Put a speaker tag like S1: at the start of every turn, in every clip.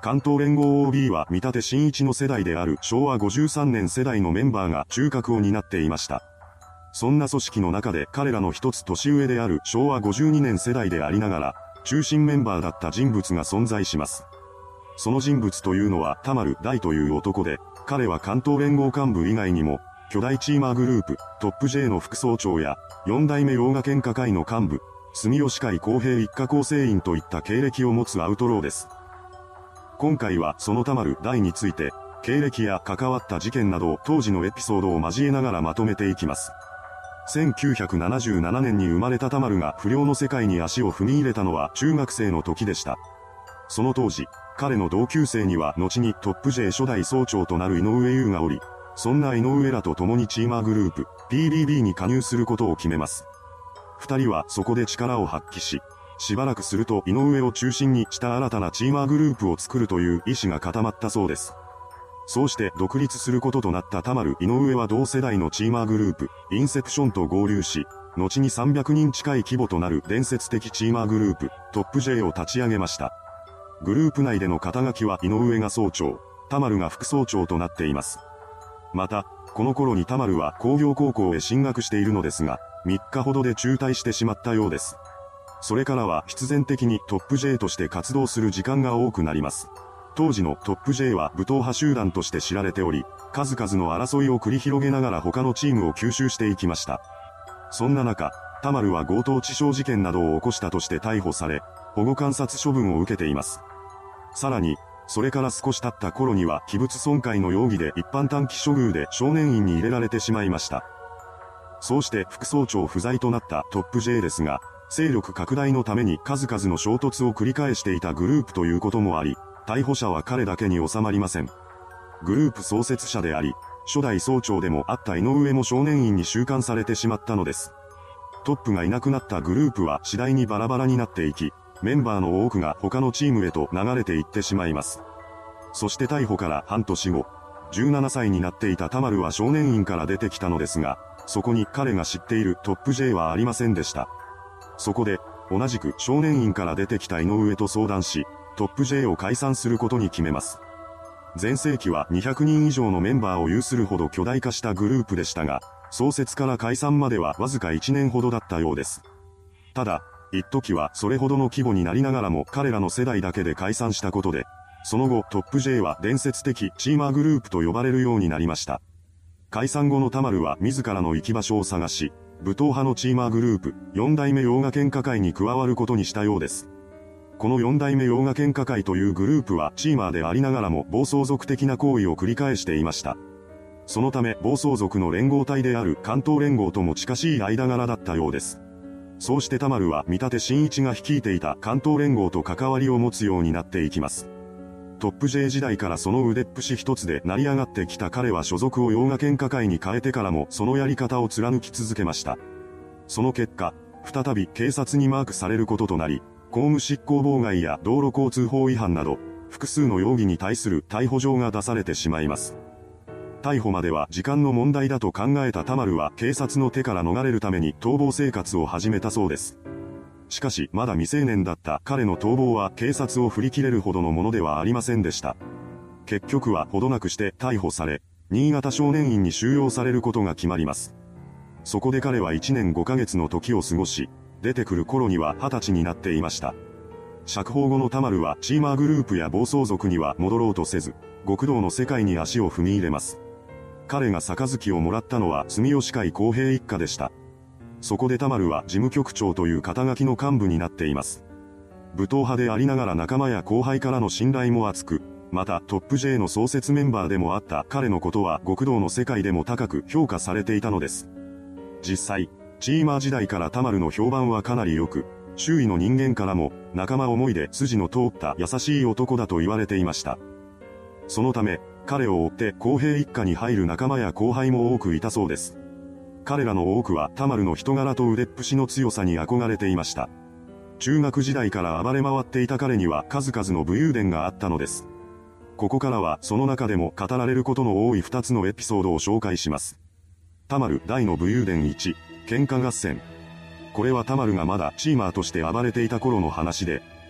S1: 関東連合 OB は見立真一の世代である昭和53年世代のメンバーが中核を担っていました。そんな組織の中で彼らの一つ年上である昭和52年世代でありながら、中心メンバーだった人物が存在します。その人物というのは田丸大という男で、彼は関東連合幹部以外にも、巨大チーマーグループ、トップ J の副総長や、4代目洋画喧嘩会の幹部、住吉会公平一家構成員といった経歴を持つアウトローです。今回はその田丸大について、経歴や関わった事件など当時のエピソードを交えながらまとめていきます。1977年に生まれた田丸が不良の世界に足を踏み入れたのは中学生の時でした。その当時、彼の同級生には後にトップ J 初代総長となる井上優がおり、そんな井上らと共にチーマーグループ、PDB に加入することを決めます。二人はそこで力を発揮し、しばらくすると井上を中心にした新たなチーマーグループを作るという意思が固まったそうです。そうして独立することとなった田丸井上は同世代のチーマーグループ、インセプションと合流し、後に300人近い規模となる伝説的チーマーグループ、トップ J を立ち上げました。グループ内での肩書きは井上が総長、田丸が副総長となっています。また、この頃に田丸は工業高校へ進学しているのですが、3日ほどで中退してしまったようです。それからは必然的にトップ J として活動する時間が多くなります。当時のトップ J は武闘派集団として知られており、数々の争いを繰り広げながら他のチームを吸収していきました。そんな中、田丸は強盗致傷事件などを起こしたとして逮捕され、保護観察処分を受けています。さらに、それから少し経った頃には器物損壊の容疑で一般短期処遇で少年院に入れられてしまいました。そうして副総長不在となったトップ J ですが、勢力拡大のために数々の衝突を繰り返していたグループということもあり、逮捕者は彼だけに収まりません。グループ創設者であり、初代総長でもあった井上も少年院に収監されてしまったのです。トップがいなくなったグループは次第にバラバラになっていき、メンバーの多くが他のチームへと流れていってしまいます。そして逮捕から半年後、17歳になっていた田丸は少年院から出てきたのですが、そこに彼が知っているトップ J はありませんでした。そこで、同じく少年院から出てきた井上と相談し、トップ J を解散することに決めます。全盛期は200人以上のメンバーを有するほど巨大化したグループでしたが、創設から解散まではわずか1年ほどだったようです。ただ、一時はそれほどの規模になりながらも彼らの世代だけで解散したことで、その後トップ J は伝説的チーマーグループと呼ばれるようになりました。解散後の田丸は自らの行き場所を探し、武闘派のチーマーグループ、4代目洋画喧嘩会に加わることにしたようです。この4代目洋画喧嘩会というグループはチーマーでありながらも暴走族的な行為を繰り返していました。そのため暴走族の連合体である関東連合とも近しい間柄だったようです。そうして田丸は見立真一が率いていた関東連合と関わりを持つようになっていきます。トップ J 時代からその腕っぷし一つで成り上がってきた彼は所属を洋画喧嘩会に変えてからもそのやり方を貫き続けました。その結果、再び警察にマークされることとなり、公務執行妨害や道路交通法違反など、複数の容疑に対する逮捕状が出されてしまいます。逮捕までは時間の問題だと考えた田丸は警察の手から逃れるために逃亡生活を始めたそうです。しかしまだ未成年だった彼の逃亡は警察を振り切れるほどのものではありませんでした。結局はほどなくして逮捕され、新潟少年院に収容されることが決まります。そこで彼は1年5ヶ月の時を過ごし、出てくる頃には20歳になっていました。釈放後の田丸はチーマーグループや暴走族には戻ろうとせず、極道の世界に足を踏み入れます。彼が杯をもらったのは住吉会公平一家でした。そこで田丸は事務局長という肩書きの幹部になっています。武闘派でありながら仲間や後輩からの信頼も厚く、またトップ J の創設メンバーでもあった彼のことは極道の世界でも高く評価されていたのです。実際、チーマー時代から田丸の評判はかなり良く、周囲の人間からも仲間思いで筋の通った優しい男だと言われていました。そのため、彼を追って公平一家に入る仲間や後輩も多くいたそうです。彼らの多くは田丸の人柄と腕っぷしの強さに憧れていました。中学時代から暴れ回っていた彼には数々の武勇伝があったのです。ここからはその中でも語られることの多い2つのエピソードを紹介します。田丸大の武勇伝1、喧嘩合戦。これは田丸がまだチーマーとして暴れていた頃の話で、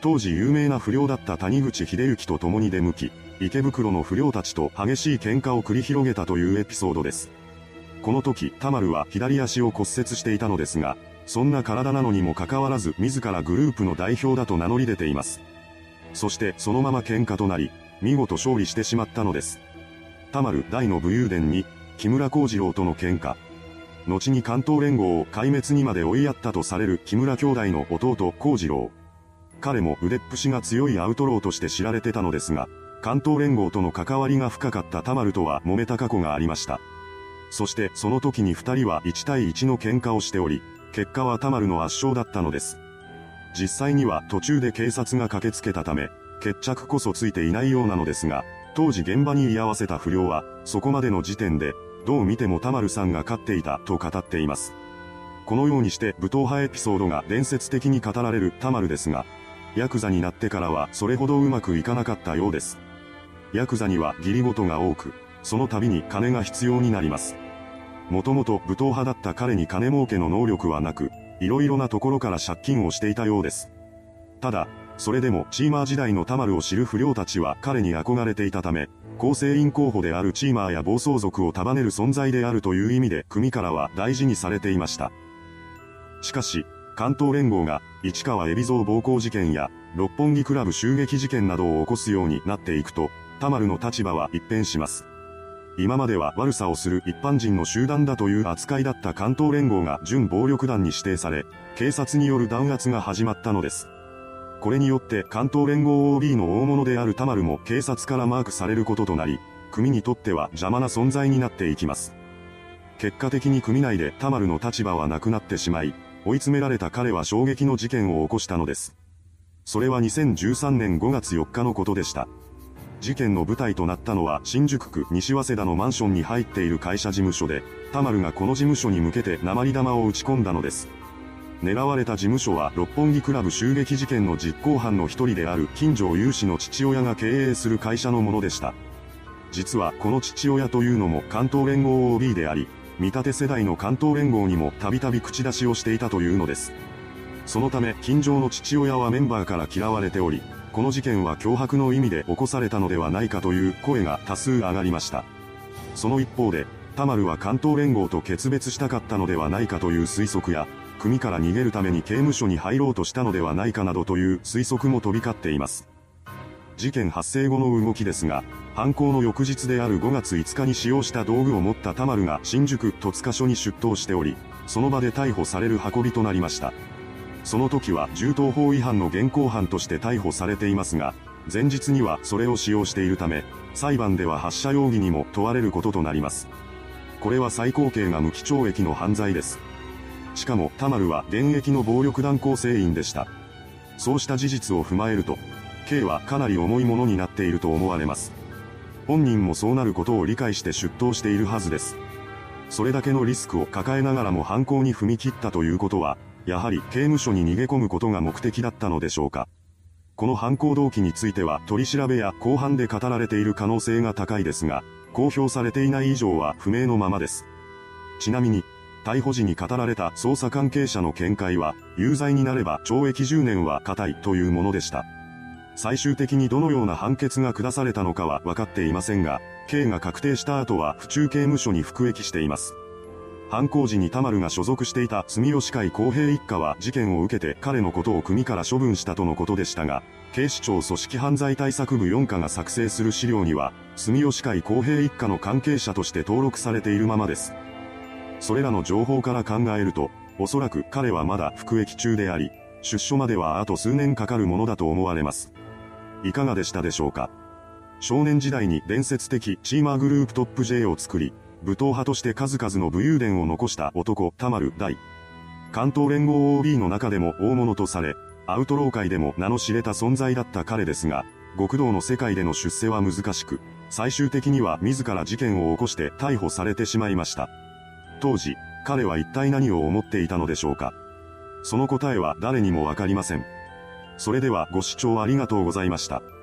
S1: 当時有名な不良だった谷口秀行と共に出向き、池袋の不良たちと激しい喧嘩を繰り広げたというエピソードです。この時、田丸は左足を骨折していたのですが、そんな体なのにもかかわらず自らグループの代表だと名乗り出ています。そしてそのまま喧嘩となり、見事勝利してしまったのです。田丸大の武勇伝に、木村幸次郎との喧嘩。後に関東連合を壊滅にまで追いやったとされる木村兄弟の弟幸次郎。彼も腕っぷしが強いアウトローとして知られてたのですが、関東連合との関わりが深かった田丸とは揉めた過去がありました。そしてその時に二人は1対1の喧嘩をしており、結果は田丸の圧勝だったのです。実際には途中で警察が駆けつけたため、決着こそついていないようなのですが、当時現場に居合わせた不良は、そこまでの時点で、どう見ても田丸さんが勝っていたと語っています。このようにして武闘派エピソードが伝説的に語られる田丸ですが、ヤクザになってからはそれほどうまくいかなかったようです。ヤクザには義理事が多く、その度に金が必要になります。もともと武闘派だった彼に金儲けの能力はなく、いろいろなところから借金をしていたようです。ただ、それでもチーマー時代の田丸を知る不良たちは彼に憧れていたため、構成員候補であるチーマーや暴走族を束ねる存在であるという意味で組からは大事にされていました。しかし、関東連合が市川海老蔵暴行事件や六本木クラブ襲撃事件などを起こすようになっていくと、田丸の立場は一変します。今までは悪さをする一般人の集団だという扱いだった関東連合が準暴力団に指定され、警察による弾圧が始まったのです。これによって関東連合 OB の大物である田丸も警察からマークされることとなり、組にとっては邪魔な存在になっていきます。結果的に組内で田丸の立場はなくなってしまい、追い詰められた彼は衝撃の事件を起こしたのです。それは2013年5月4日のことでした。事件の舞台となったのは新宿区西早稲田のマンションに入っている会社事務所で、田丸がこの事務所に向けて鉛玉を打ち込んだのです。狙われた事務所は六本木クラブ襲撃事件の実行犯の一人である金城雄氏の父親が経営する会社のものでした。実はこの父親というのも関東連合 OB であり、見立て世代の関東連合にもたびたび口出しをしていたというのです。そのため金城の父親はメンバーから嫌われており、この事件は脅迫の意味で起こされたのではないかという声が多数上がりました。その一方で、田丸は関東連合と決別したかったのではないかという推測や、組から逃げるために刑務所に入ろうとしたのではないかなどという推測も飛び交っています。事件発生後の動きですが、犯行の翌日である5月5日に使用した道具を持った田丸が新宿戸塚署に出頭しており、その場で逮捕される運びとなりました。その時は銃刀法違反の現行犯として逮捕されていますが、前日にはそれを使用しているため、裁判では発射容疑にも問われることとなります。これは最高刑が無期懲役の犯罪です。しかも田丸は現役の暴力団構成員でした。そうした事実を踏まえると、刑はかなり重いものになっていると思われます。本人もそうなることを理解して出頭しているはずです。それだけのリスクを抱えながらも犯行に踏み切ったということは、やはり刑務所に逃げ込むことが目的だったのでしょうか。この犯行動機については取り調べや公判で語られている可能性が高いですが、公表されていない以上は不明のままです。ちなみに、逮捕時に語られた捜査関係者の見解は、有罪になれば懲役10年は固いというものでした。最終的にどのような判決が下されたのかは分かっていませんが、刑が確定した後は府中刑務所に服役しています。犯行時に田丸が所属していた住吉会公平一家は事件を受けて彼のことを組から処分したとのことでしたが、警視庁組織犯罪対策部4課が作成する資料には、住吉会公平一家の関係者として登録されているままです。それらの情報から考えると、おそらく彼はまだ服役中であり、出所まではあと数年かかるものだと思われます。いかがでしたでしょうか。少年時代に伝説的チーマーグループトップ J を作り、武闘派として数々の武勇伝を残した男田丸大。関東連合 OB の中でも大物とされ、アウトロー界でも名の知れた存在だった彼ですが、極道の世界での出世は難しく、最終的には自ら事件を起こして逮捕されてしまいました。当時、彼は一体何を思っていたのでしょうか。その答えは誰にもわかりません。それではご視聴ありがとうございました。